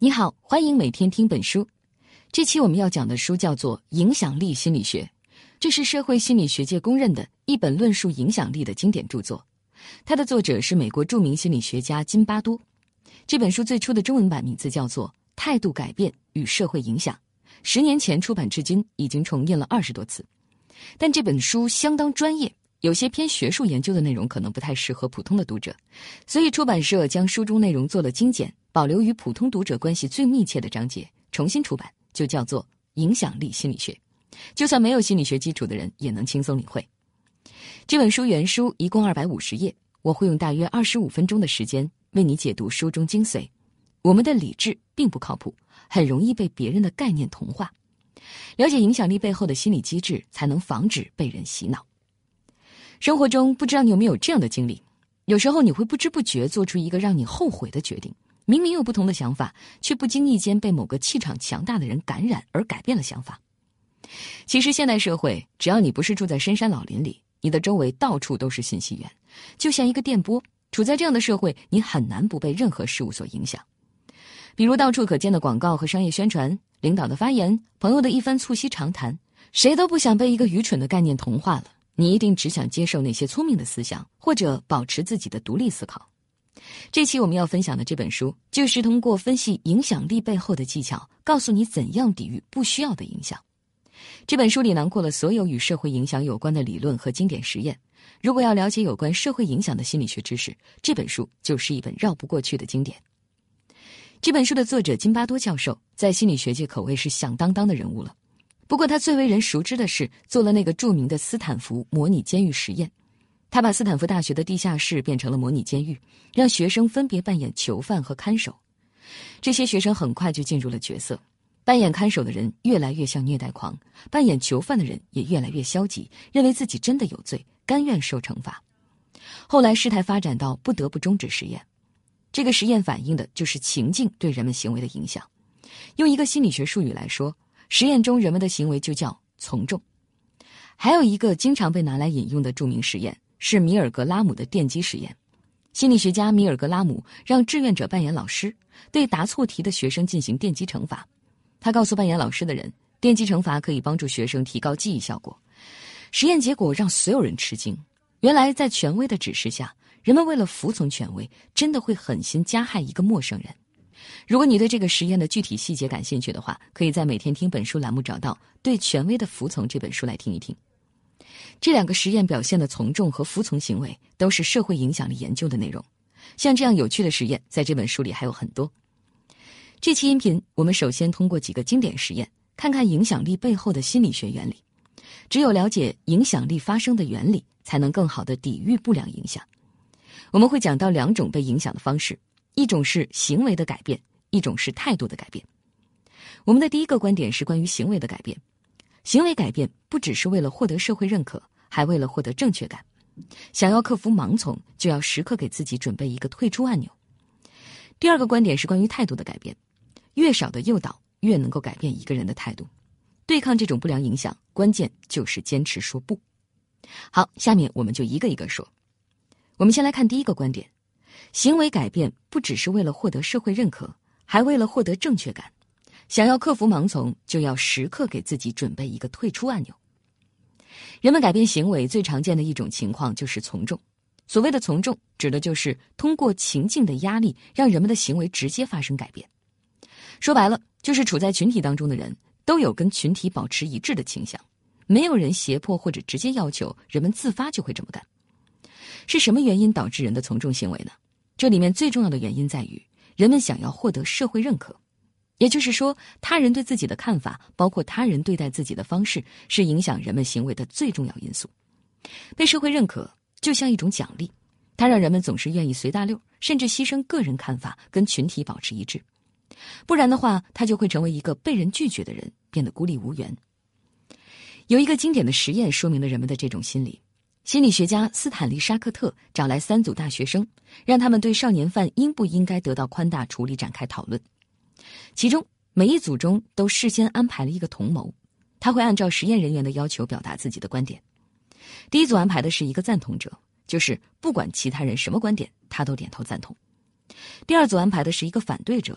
你好，欢迎每天听本书。这期我们要讲的书叫做《影响力心理学》，这是社会心理学界公认的一本论述影响力的经典著作。它的作者是美国著名心理学家金巴多。这本书最初的中文版名字叫做《态度改变与社会影响》，10年前出版至今，已经重印了20多次。但这本书相当专业，有些偏学术研究的内容可能不太适合普通的读者，所以出版社将书中内容做了精简，保留与普通读者关系最密切的章节，重新出版，就叫做《影响力心理学》，就算没有心理学基础的人也能轻松领会。这本书原书一共250页，我会用大约25分钟的时间为你解读书中精髓。我们的理智并不靠谱，很容易被别人的概念同化。了解影响力背后的心理机制，才能防止被人洗脑。生活中不知道你有没有这样的经历，有时候你会不知不觉做出一个让你后悔的决定，明明有不同的想法，却不经意间被某个气场强大的人感染而改变了想法。其实现代社会，只要你不是住在深山老林里，你的周围到处都是信息源，就像一个电波。处在这样的社会，你很难不被任何事物所影响。比如到处可见的广告和商业宣传，领导的发言，朋友的一番促膝长谈，谁都不想被一个愚蠢的概念同化了。你一定只想接受那些聪明的思想，或者保持自己的独立思考。这期我们要分享的这本书，就是通过分析影响力背后的技巧，告诉你怎样抵御不需要的影响。这本书里囊括了所有与社会影响有关的理论和经典实验。如果要了解有关社会影响的心理学知识，这本书就是一本绕不过去的经典。这本书的作者金巴多教授在心理学界可谓是响当当的人物了。不过他最为人熟知的是做了那个著名的斯坦福模拟监狱实验。他把斯坦福大学的地下室变成了模拟监狱，让学生分别扮演囚犯和看守。这些学生很快就进入了角色，扮演看守的人越来越像虐待狂，扮演囚犯的人也越来越消极，认为自己真的有罪，甘愿受惩罚。后来事态发展到不得不终止实验。这个实验反映的就是情境对人们行为的影响。用一个心理学术语来说，实验中人们的行为就叫从众。还有一个经常被拿来引用的著名实验是米尔格拉姆的电击实验。心理学家米尔格拉姆让志愿者扮演老师，对答错题的学生进行电击惩罚。他告诉扮演老师的人，电击惩罚可以帮助学生提高记忆效果。实验结果让所有人吃惊，原来在权威的指示下，人们为了服从权威，真的会狠心加害一个陌生人。如果你对这个实验的具体细节感兴趣的话，可以在每天听本书栏目找到《对权威的服从》这本书来听一听。这两个实验表现的从众和服从行为都是社会影响力研究的内容。像这样有趣的实验，在这本书里还有很多。这期音频，我们首先通过几个经典实验，看看影响力背后的心理学原理。只有了解影响力发生的原理，才能更好地抵御不良影响。我们会讲到2种被影响的方式，一种是行为的改变，一种是态度的改变。我们的第一个观点是关于行为的改变。行为改变不只是为了获得社会认可，还为了获得正确感。想要克服盲从，就要时刻给自己准备一个退出按钮。第二个观点是关于态度的改变。越少的诱导，越能够改变一个人的态度。对抗这种不良影响，关键就是坚持说不。好，下面我们就一个一个说。我们先来看第一个观点，行为改变不只是为了获得社会认可，还为了获得正确感。想要克服盲从，就要时刻给自己准备一个退出按钮。人们改变行为最常见的一种情况就是从众。所谓的从众，指的就是通过情境的压力，让人们的行为直接发生改变。说白了，就是处在群体当中的人都有跟群体保持一致的倾向，没有人胁迫或者直接要求，人们自发就会这么干。是什么原因导致人的从众行为呢？这里面最重要的原因在于，人们想要获得社会认可。也就是说，他人对自己的看法，包括他人对待自己的方式，是影响人们行为的最重要因素。被社会认可就像一种奖励，它让人们总是愿意随大溜，甚至牺牲个人看法，跟群体保持一致。不然的话，他就会成为一个被人拒绝的人，变得孤立无援。有一个经典的实验说明了人们的这种心理。心理学家斯坦利·沙克特找来3组大学生，让他们对少年犯应不应该得到宽大处理展开讨论。其中每一组中都事先安排了一个同谋，他会按照实验人员的要求表达自己的观点。第一组安排的是一个赞同者，就是不管其他人什么观点，他都点头赞同。第二组安排的是一个反对者，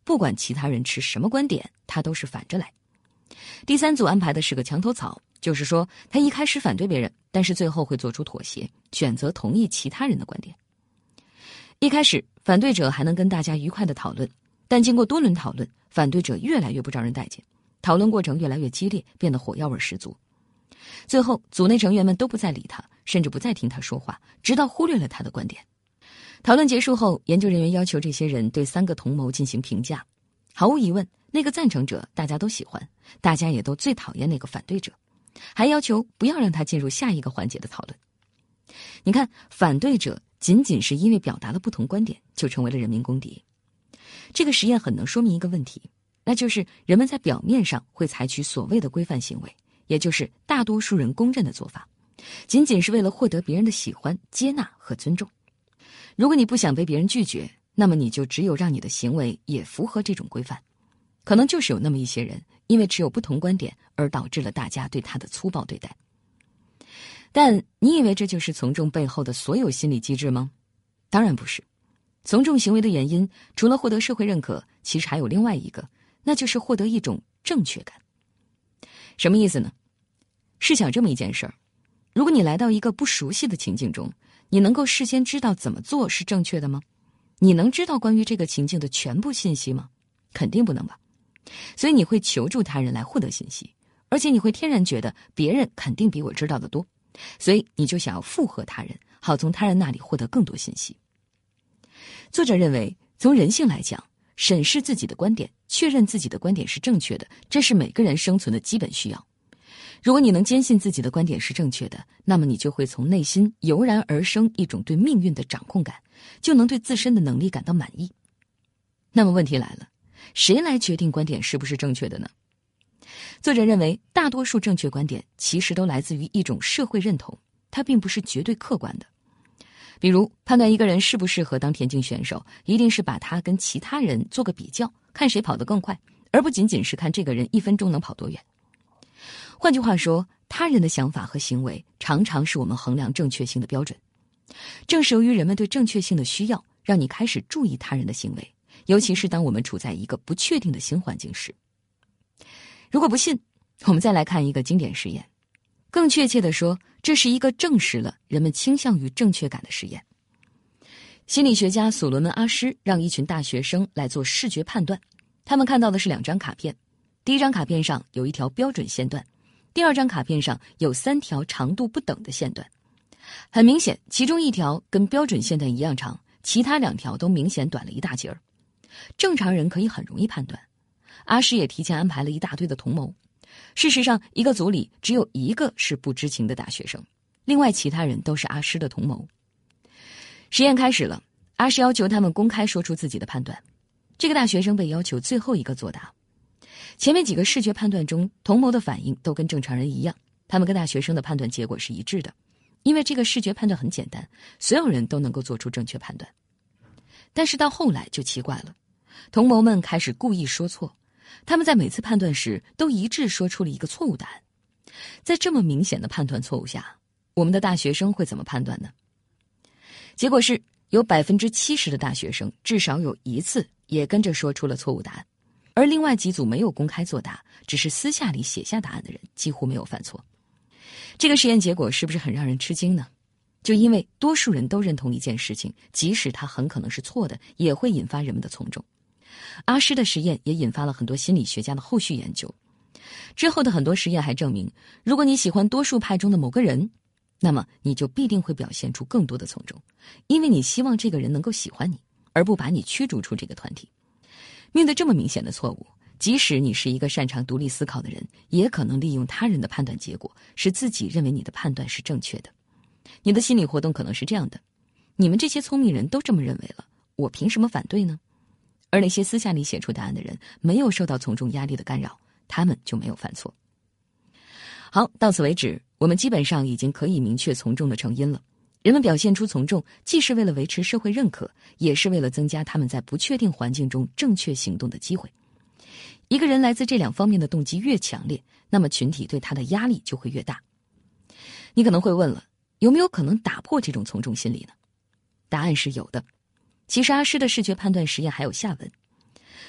不管其他人持什么观点，他都是反着来。第三组安排的是个墙头草，就是说他一开始反对别人，但是最后会做出妥协，选择同意其他人的观点。一开始反对者还能跟大家愉快地讨论，但经过多轮讨论，反对者越来越不招人待见，讨论过程越来越激烈，变得火药味十足。最后组内成员们都不再理他，甚至不再听他说话，直到忽略了他的观点。讨论结束后，研究人员要求这些人对3个同谋进行评价。毫无疑问，那个赞成者大家都喜欢，大家也都最讨厌那个反对者，还要求不要让他进入下一个环节的讨论。你看，反对者仅仅是因为表达了不同观点，就成为了人民公敌。这个实验很能说明一个问题，那就是人们在表面上会采取所谓的规范行为，也就是大多数人公认的做法，仅仅是为了获得别人的喜欢、接纳和尊重。如果你不想被别人拒绝，那么你就只有让你的行为也符合这种规范。可能就是有那么一些人，因为持有不同观点而导致了大家对他的粗暴对待。但你以为这就是从众背后的所有心理机制吗？当然不是。从众行为的原因，除了获得社会认可，其实还有另外一个，那就是获得一种正确感。什么意思呢？试想这么一件事儿，如果你来到一个不熟悉的情境中，你能够事先知道怎么做是正确的吗？你能知道关于这个情境的全部信息吗？肯定不能吧。所以你会求助他人来获得信息，而且你会天然觉得别人肯定比我知道的多，所以你就想要附和他人，好从他人那里获得更多信息。作者认为，从人性来讲，审视自己的观点，确认自己的观点是正确的，这是每个人生存的基本需要。如果你能坚信自己的观点是正确的，那么你就会从内心油然而生一种对命运的掌控感，就能对自身的能力感到满意。那么问题来了，谁来决定观点是不是正确的呢？作者认为，大多数正确观点其实都来自于一种社会认同，它并不是绝对客观的。比如，判断一个人适不适合当田径选手，一定是把他跟其他人做个比较，看谁跑得更快，而不仅仅是看这个人1分钟能跑多远。换句话说，他人的想法和行为常常是我们衡量正确性的标准。正是由于人们对正确性的需要，让你开始注意他人的行为，尤其是当我们处在一个不确定的新环境时。如果不信，我们再来看一个经典实验。更确切地说，这是一个证实了人们倾向于正确感的实验。心理学家所罗门·阿施让一群大学生来做视觉判断，他们看到的是2张卡片，第一张卡片上有一条标准线段，第二张卡片上有3条长度不等的线段。很明显，其中一条跟标准线段一样长，其他2条都明显短了一大截儿。正常人可以很容易判断。阿施也提前安排了一大堆的同谋。事实上，一个组里只有1个是不知情的大学生，另外其他人都是阿施的同谋。实验开始了，阿施要求他们公开说出自己的判断。这个大学生被要求最后一个作答。前面几个视觉判断中，同谋的反应都跟正常人一样，他们跟大学生的判断结果是一致的，因为这个视觉判断很简单，所有人都能够做出正确判断。但是到后来就奇怪了，同谋们开始故意说错，他们在每次判断时都一致说出了一个错误答案。在这么明显的判断错误下，我们的大学生会怎么判断呢？结果是有 70% 的大学生至少有1次也跟着说出了错误答案，而另外几组没有公开作答，只是私下里写下答案的人几乎没有犯错。这个实验结果是不是很让人吃惊呢？就因为多数人都认同一件事情，即使它很可能是错的，也会引发人们的从众。阿施的实验也引发了很多心理学家的后续研究。之后的很多实验还证明，如果你喜欢多数派中的某个人，那么你就必定会表现出更多的从众，因为你希望这个人能够喜欢你，而不把你驱逐出这个团体。面对这么明显的错误，即使你是一个擅长独立思考的人，也可能利用他人的判断结果，使自己认为你的判断是正确的。你的心理活动可能是这样的：你们这些聪明人都这么认为了，我凭什么反对呢？而那些私下里写出答案的人，没有受到从众压力的干扰，他们就没有犯错。好，到此为止，我们基本上已经可以明确从众的成因了。人们表现出从众，既是为了维持社会认可，也是为了增加他们在不确定环境中正确行动的机会。一个人来自这2方面的动机越强烈，那么群体对他的压力就会越大。你可能会问了，有没有可能打破这种从众心理呢？答案是有的。其实阿施的视觉判断实验还有下文。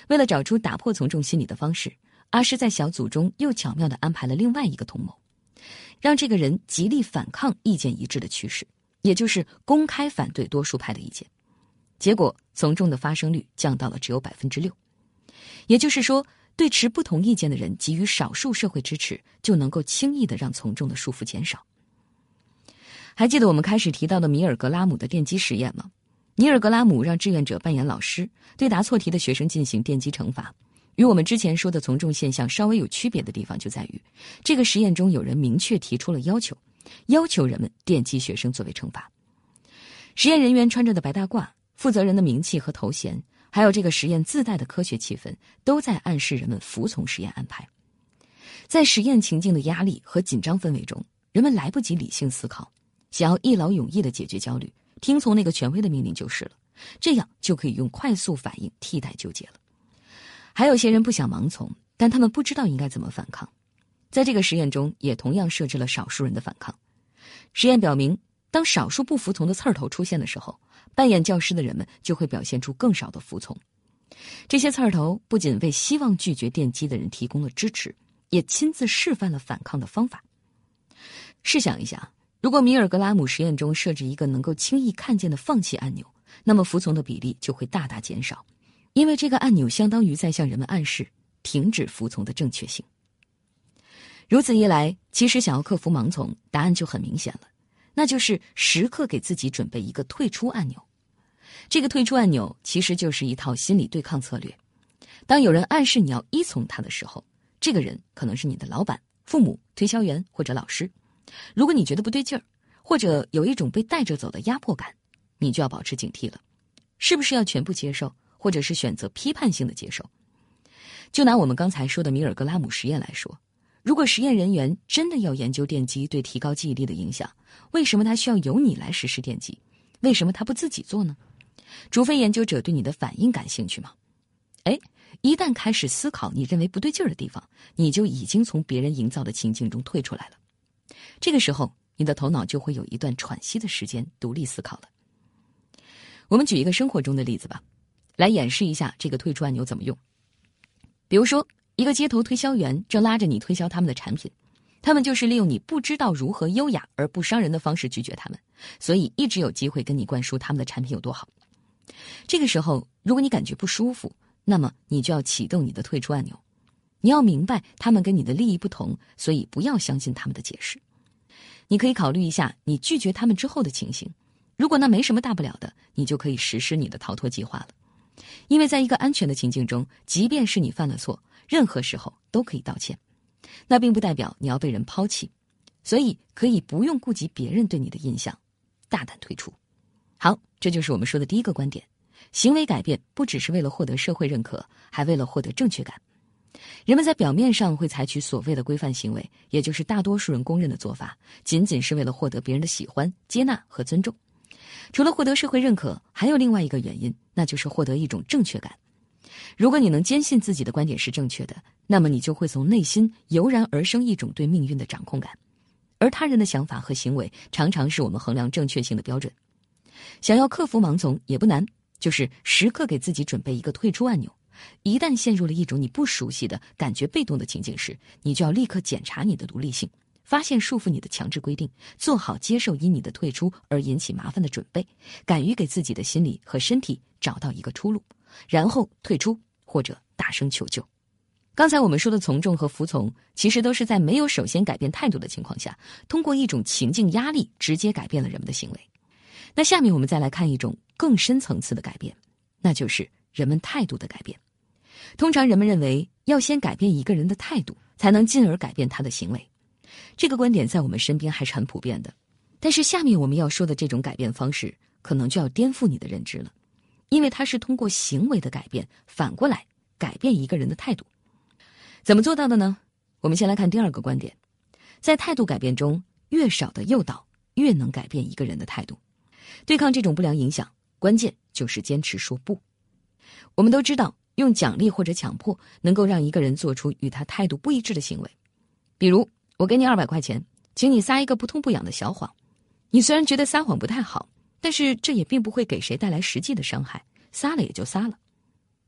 为了找出打破从众心理的方式，阿诗在小组中又巧妙地安排了另外一个同谋，让这个人极力反抗意见一致的趋势，也就是公开反对多数派的意见。结果从众的发生率降到了只有 6%。 也就是说，对持不同意见的人给予少数社会支持，就能够轻易地让从众的束缚减少。还记得我们开始提到的米尔格拉姆的电击实验吗？米尔格拉姆让志愿者扮演老师，对答错题的学生进行电击惩罚。与我们之前说的从众现象稍微有区别的地方就在于，这个实验中有人明确提出了要求，要求人们电击学生作为惩罚。实验人员穿着的白大褂、负责人的名气和头衔，还有这个实验自带的科学气氛，都在暗示人们服从实验安排。在实验情境的压力和紧张氛围中，人们来不及理性思考，想要一劳永逸地解决焦虑，听从那个权威的命令就是了，这样就可以用快速反应替代纠结了。还有些人不想盲从，但他们不知道应该怎么反抗。在这个实验中，也同样设置了少数人的反抗。实验表明，当少数不服从的刺儿头出现的时候，扮演教师的人们就会表现出更少的服从。这些刺儿头不仅为希望拒绝电击的人提供了支持，也亲自示范了反抗的方法。试想一下，如果米尔格拉姆实验中设置一个能够轻易看见的放弃按钮，那么服从的比例就会大大减少，因为这个按钮相当于在向人们暗示停止服从的正确性。如此一来，其实想要克服盲从，答案就很明显了，那就是时刻给自己准备一个退出按钮。这个退出按钮其实就是一套心理对抗策略。当有人暗示你要依从他的时候，这个人可能是你的老板、父母、推销员或者老师。如果你觉得不对劲儿，或者有一种被带着走的压迫感，你就要保持警惕了，是不是要全部接受，或者是选择批判性的接受？就拿我们刚才说的米尔格拉姆实验来说，如果实验人员真的要研究电击对提高记忆力的影响，为什么他需要由你来实施电击？为什么他不自己做呢？除非研究者对你的反应感兴趣嘛。一旦开始思考你认为不对劲儿的地方，你就已经从别人营造的情境中退出来了。这个时候，你的头脑就会有一段喘息的时间独立思考了。我们举一个生活中的例子吧，来演示一下这个退出按钮怎么用。比如说，一个街头推销员正拉着你推销他们的产品，他们就是利用你不知道如何优雅而不伤人的方式拒绝他们，所以一直有机会跟你灌输他们的产品有多好。这个时候，如果你感觉不舒服，那么你就要启动你的退出按钮。你要明白他们跟你的利益不同，所以不要相信他们的解释。你可以考虑一下你拒绝他们之后的情形，如果那没什么大不了的，你就可以实施你的逃脱计划了。因为在一个安全的情境中，即便是你犯了错，任何时候都可以道歉，那并不代表你要被人抛弃，所以可以不用顾及别人对你的印象，大胆退出。好，这就是我们说的第一个观点，行为改变不只是为了获得社会认可，还为了获得正确感。人们在表面上会采取所谓的规范行为，也就是大多数人公认的做法，仅仅是为了获得别人的喜欢、接纳和尊重。除了获得社会认可，还有另外一个原因，那就是获得一种正确感。如果你能坚信自己的观点是正确的，那么你就会从内心油然而生一种对命运的掌控感。而他人的想法和行为常常是我们衡量正确性的标准。想要克服盲从也不难，就是时刻给自己准备一个退出按钮。一旦陷入了一种你不熟悉的、感觉被动的情境时，你就要立刻检查你的独立性，发现束缚你的强制规定，做好接受因你的退出而引起麻烦的准备，敢于给自己的心理和身体找到一个出路，然后退出或者大声求救。刚才我们说的从众和服从，其实都是在没有首先改变态度的情况下，通过一种情境压力直接改变了人们的行为。那下面我们再来看一种更深层次的改变，那就是人们态度的改变。通常人们认为要先改变一个人的态度，才能进而改变他的行为。这个观点在我们身边还是很普遍的。但是下面我们要说的这种改变方式，可能就要颠覆你的认知了，因为它是通过行为的改变，反过来改变一个人的态度。怎么做到的呢？我们先来看第二个观点。在态度改变中，越少的诱导，越能改变一个人的态度。对抗这种不良影响，关键就是坚持说不。我们都知道，用奖励或者强迫能够让一个人做出与他态度不一致的行为。比如，我给你200块钱，请你撒一个不痛不痒的小谎。你虽然觉得撒谎不太好，但是这也并不会给谁带来实际的伤害，撒了也就撒了。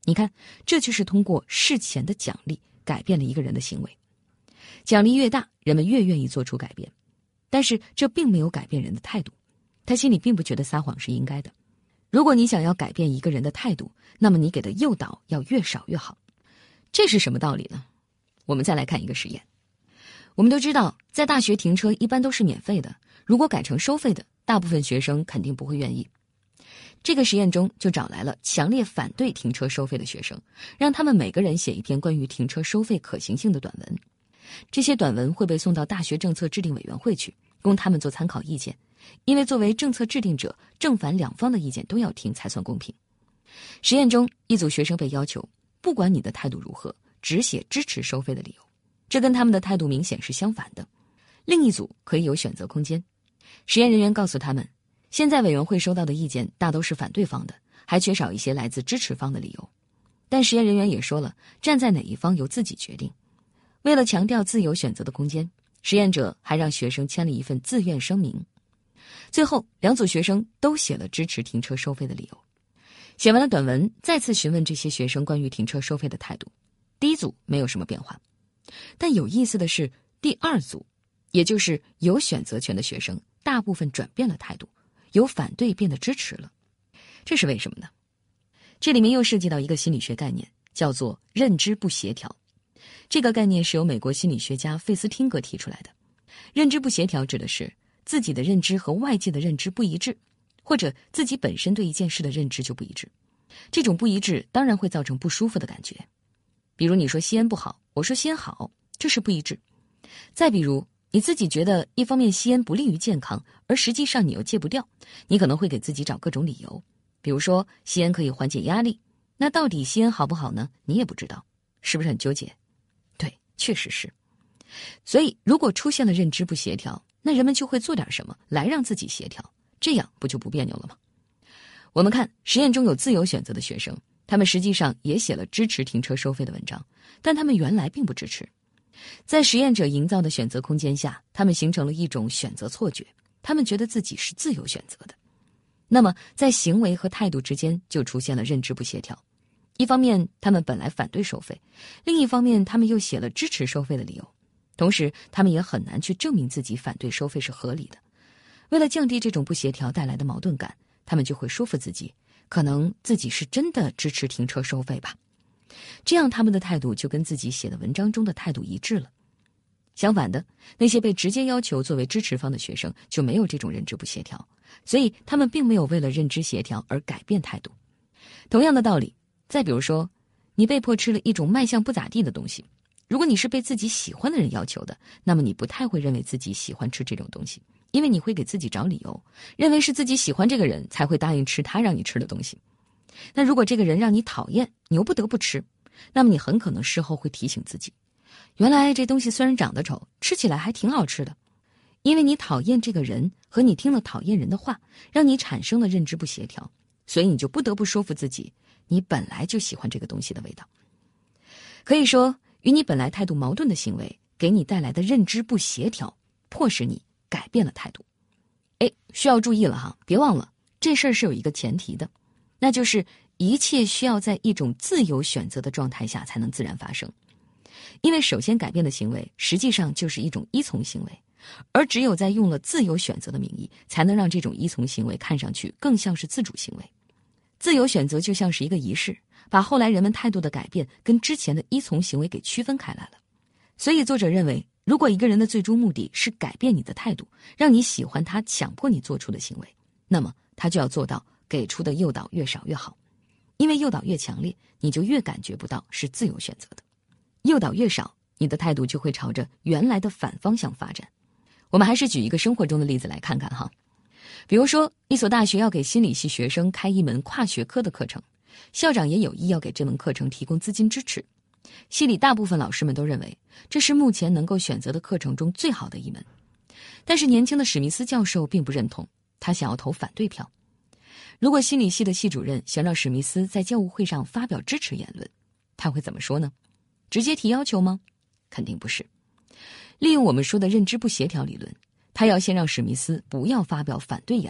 你看，这就是通过事前的奖励改变了一个人的行为。奖励越大，人们越愿意做出改变。但是这并没有改变人的态度，他心里并不觉得撒谎是应该的。如果你想要改变一个人的态度，那么你给的诱导要越少越好。这是什么道理呢？我们再来看一个实验。我们都知道，在大学停车一般都是免费的，如果改成收费的，大部分学生肯定不会愿意。这个实验中就找来了强烈反对停车收费的学生，让他们每个人写一篇关于停车收费可行性的短文。这些短文会被送到大学政策制定委员会去，供他们做参考意见，因为作为政策制定者，正反两方的意见都要听才算公平。实验中，一组学生被要求，不管你的态度如何，只写支持收费的理由，这跟他们的态度明显是相反的。另一组可以有选择空间。实验人员告诉他们，现在委员会收到的意见大都是反对方的，还缺少一些来自支持方的理由。但实验人员也说了，站在哪一方由自己决定。为了强调自由选择的空间，实验者还让学生签了一份自愿声明。最后，两组学生都写了支持停车收费的理由。写完了短文，再次询问这些学生关于停车收费的态度。第一组没有什么变化，但有意思的是，第二组，也就是有选择权的学生，大部分转变了态度，由反对变得支持了。这是为什么呢？这里面又涉及到一个心理学概念，叫做认知不协调。这个概念是由美国心理学家费斯汀格提出来的。认知不协调指的是自己的认知和外界的认知不一致，或者自己本身对一件事的认知就不一致。这种不一致当然会造成不舒服的感觉。比如你说吸烟不好，我说吸烟好，这是不一致。再比如你自己觉得一方面吸烟不利于健康，而实际上你又戒不掉，你可能会给自己找各种理由。比如说吸烟可以缓解压力，那到底吸烟好不好呢？你也不知道，是不是很纠结？对，确实是。所以如果出现了认知不协调，那人们就会做点什么来让自己协调，这样不就不别扭了吗？我们看实验中有自由选择的学生，他们实际上也写了支持停车收费的文章，但他们原来并不支持。在实验者营造的选择空间下，他们形成了一种选择错觉，他们觉得自己是自由选择的。那么在行为和态度之间就出现了认知不协调。一方面他们本来反对收费，另一方面他们又写了支持收费的理由，同时他们也很难去证明自己反对收费是合理的。为了降低这种不协调带来的矛盾感，他们就会说服自己，可能自己是真的支持停车收费吧。这样他们的态度就跟自己写的文章中的态度一致了。相反的，那些被直接要求作为支持方的学生就没有这种认知不协调，所以他们并没有为了认知协调而改变态度。同样的道理，再比如说，你被迫吃了一种卖相不咋地的东西，如果你是被自己喜欢的人要求的，那么你不太会认为自己喜欢吃这种东西，因为你会给自己找理由，认为是自己喜欢这个人才会答应吃他让你吃的东西。那如果这个人让你讨厌，你又不得不吃，那么你很可能事后会提醒自己，原来这东西虽然长得丑，吃起来还挺好吃的。因为你讨厌这个人和你听了讨厌人的话，让你产生了认知不协调，所以你就不得不说服自己，你本来就喜欢这个东西的味道。可以说，与你本来态度矛盾的行为给你带来的认知不协调，迫使你改变了态度。需要注意了哈，别忘了这事儿是有一个前提的，那就是一切需要在一种自由选择的状态下才能自然发生。因为首先改变的行为实际上就是一种依从行为，而只有在用了自由选择的名义，才能让这种依从行为看上去更像是自主行为。自由选择就像是一个仪式，把后来人们态度的改变跟之前的依从行为给区分开来了。所以作者认为，如果一个人的最终目的是改变你的态度，让你喜欢他强迫你做出的行为，那么他就要做到给出的诱导越少越好。因为诱导越强烈，你就越感觉不到是自由选择的。诱导越少，你的态度就会朝着原来的反方向发展。我们还是举一个生活中的例子来看看哈。比如说，一所大学要给心理系学生开一门跨学科的课程，校长也有意要给这门课程提供资金支持。系里大部分老师们都认为，这是目前能够选择的课程中最好的一门。但是年轻的史密斯教授并不认同，他想要投反对票。如果心理系的系主任想让史密斯在教务会上发表支持言论，他会怎么说呢？直接提要求吗？肯定不是。利用我们说的认知不协调理论，他要先让史密斯不要发表反对言论，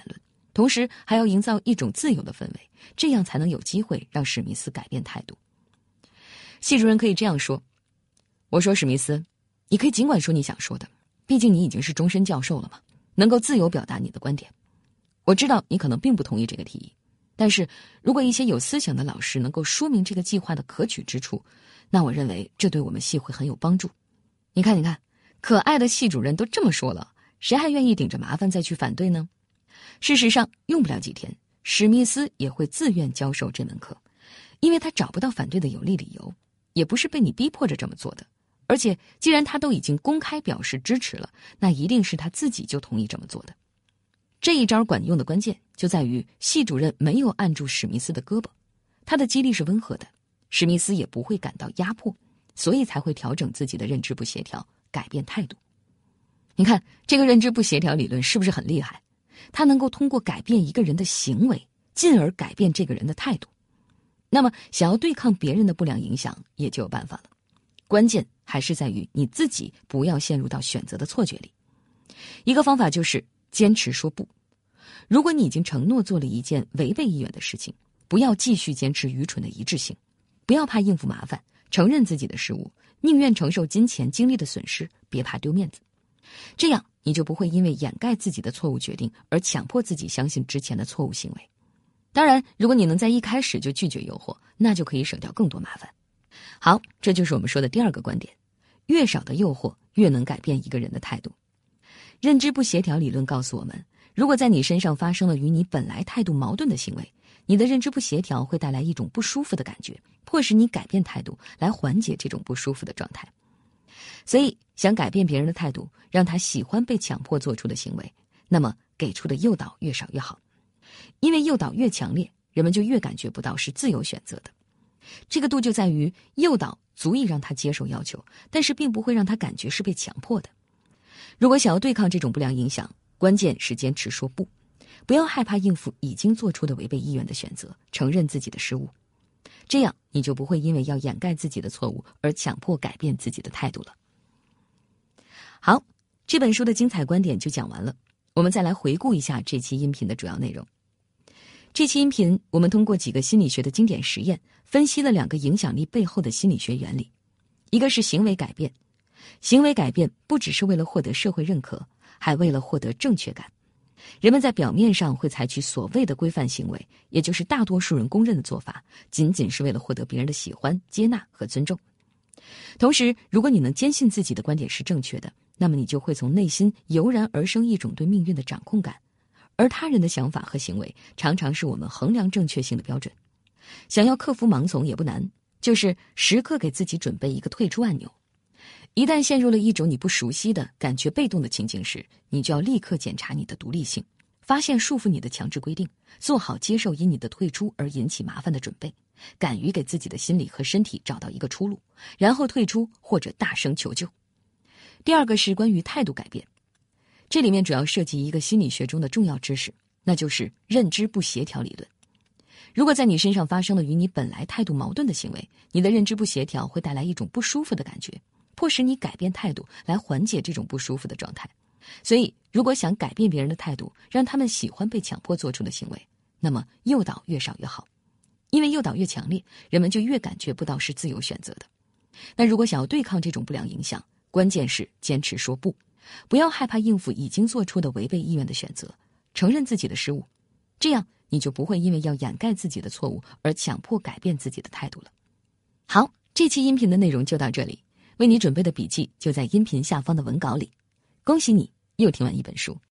同时还要营造一种自由的氛围，这样才能有机会让史密斯改变态度。系主任可以这样说：我说史密斯，你可以尽管说你想说的，毕竟你已经是终身教授了嘛，能够自由表达你的观点。我知道你可能并不同意这个提议，但是如果一些有思想的老师能够说明这个计划的可取之处，那我认为这对我们系会很有帮助。你看，可爱的系主任都这么说了，谁还愿意顶着麻烦再去反对呢？事实上，用不了几天，史密斯也会自愿教授这门课，因为他找不到反对的有力理由，也不是被你逼迫着这么做的。而且既然他都已经公开表示支持了，那一定是他自己就同意这么做的。这一招管用的关键就在于系主任没有按住史密斯的胳膊，他的激励是温和的，史密斯也不会感到压迫，所以才会调整自己的认知不协调，改变态度。你看，这个认知不协调理论是不是很厉害？它能够通过改变一个人的行为，进而改变这个人的态度。那么想要对抗别人的不良影响，也就有办法了。关键还是在于你自己不要陷入到选择的错觉里。一个方法就是坚持说不。如果你已经承诺做了一件违背意愿的事情，不要继续坚持愚蠢的一致性，不要怕应付麻烦，承认自己的失误，宁愿承受金钱精力的损失，别怕丢面子。这样你就不会因为掩盖自己的错误决定而强迫自己相信之前的错误行为。当然，如果你能在一开始就拒绝诱惑，那就可以省掉更多麻烦。好，这就是我们说的第二个观点，越少的诱惑越能改变一个人的态度。认知不协调理论告诉我们，如果在你身上发生了与你本来态度矛盾的行为，你的认知不协调会带来一种不舒服的感觉，迫使你改变态度来缓解这种不舒服的状态。所以想改变别人的态度，让他喜欢被强迫做出的行为，那么给出的诱导越少越好。因为诱导越强烈，人们就越感觉不到是自由选择的。这个度就在于诱导足以让他接受要求，但是并不会让他感觉是被强迫的。如果想要对抗这种不良影响，关键是坚持说不，不要害怕应付已经做出的违背意愿的选择，承认自己的失误。这样你就不会因为要掩盖自己的错误而强迫改变自己的态度了。好，这本书的精彩观点就讲完了，我们再来回顾一下这期音频的主要内容。这期音频我们通过几个心理学的经典实验，分析了2个影响力背后的心理学原理。一个是行为改变，行为改变不只是为了获得社会认可，还为了获得正确感。人们在表面上会采取所谓的规范行为，也就是大多数人公认的做法，仅仅是为了获得别人的喜欢、接纳和尊重。同时，如果你能坚信自己的观点是正确的，那么你就会从内心油然而生一种对命运的掌控感，而他人的想法和行为常常是我们衡量正确性的标准。想要克服盲从也不难，就是时刻给自己准备一个退出按钮。一旦陷入了一种你不熟悉的、感觉被动的情境时，你就要立刻检查你的独立性，发现束缚你的强制规定，做好接受因你的退出而引起麻烦的准备，敢于给自己的心理和身体找到一个出路，然后退出或者大声求救。第二个是关于态度改变，这里面主要涉及一个心理学中的重要知识，那就是认知不协调理论。如果在你身上发生了与你本来态度矛盾的行为，你的认知不协调会带来一种不舒服的感觉，迫使你改变态度来缓解这种不舒服的状态。所以如果想改变别人的态度，让他们喜欢被强迫做出的行为，那么诱导越少越好，因为诱导越强烈，人们就越感觉不到是自由选择的。那如果想要对抗这种不良影响，关键是坚持说不，不要害怕应付已经做出的违背意愿的选择，承认自己的失误，这样你就不会因为要掩盖自己的错误而强迫改变自己的态度了。好，这期音频的内容就到这里，为你准备的笔记就在音频下方的文稿里。恭喜你又听完一本书。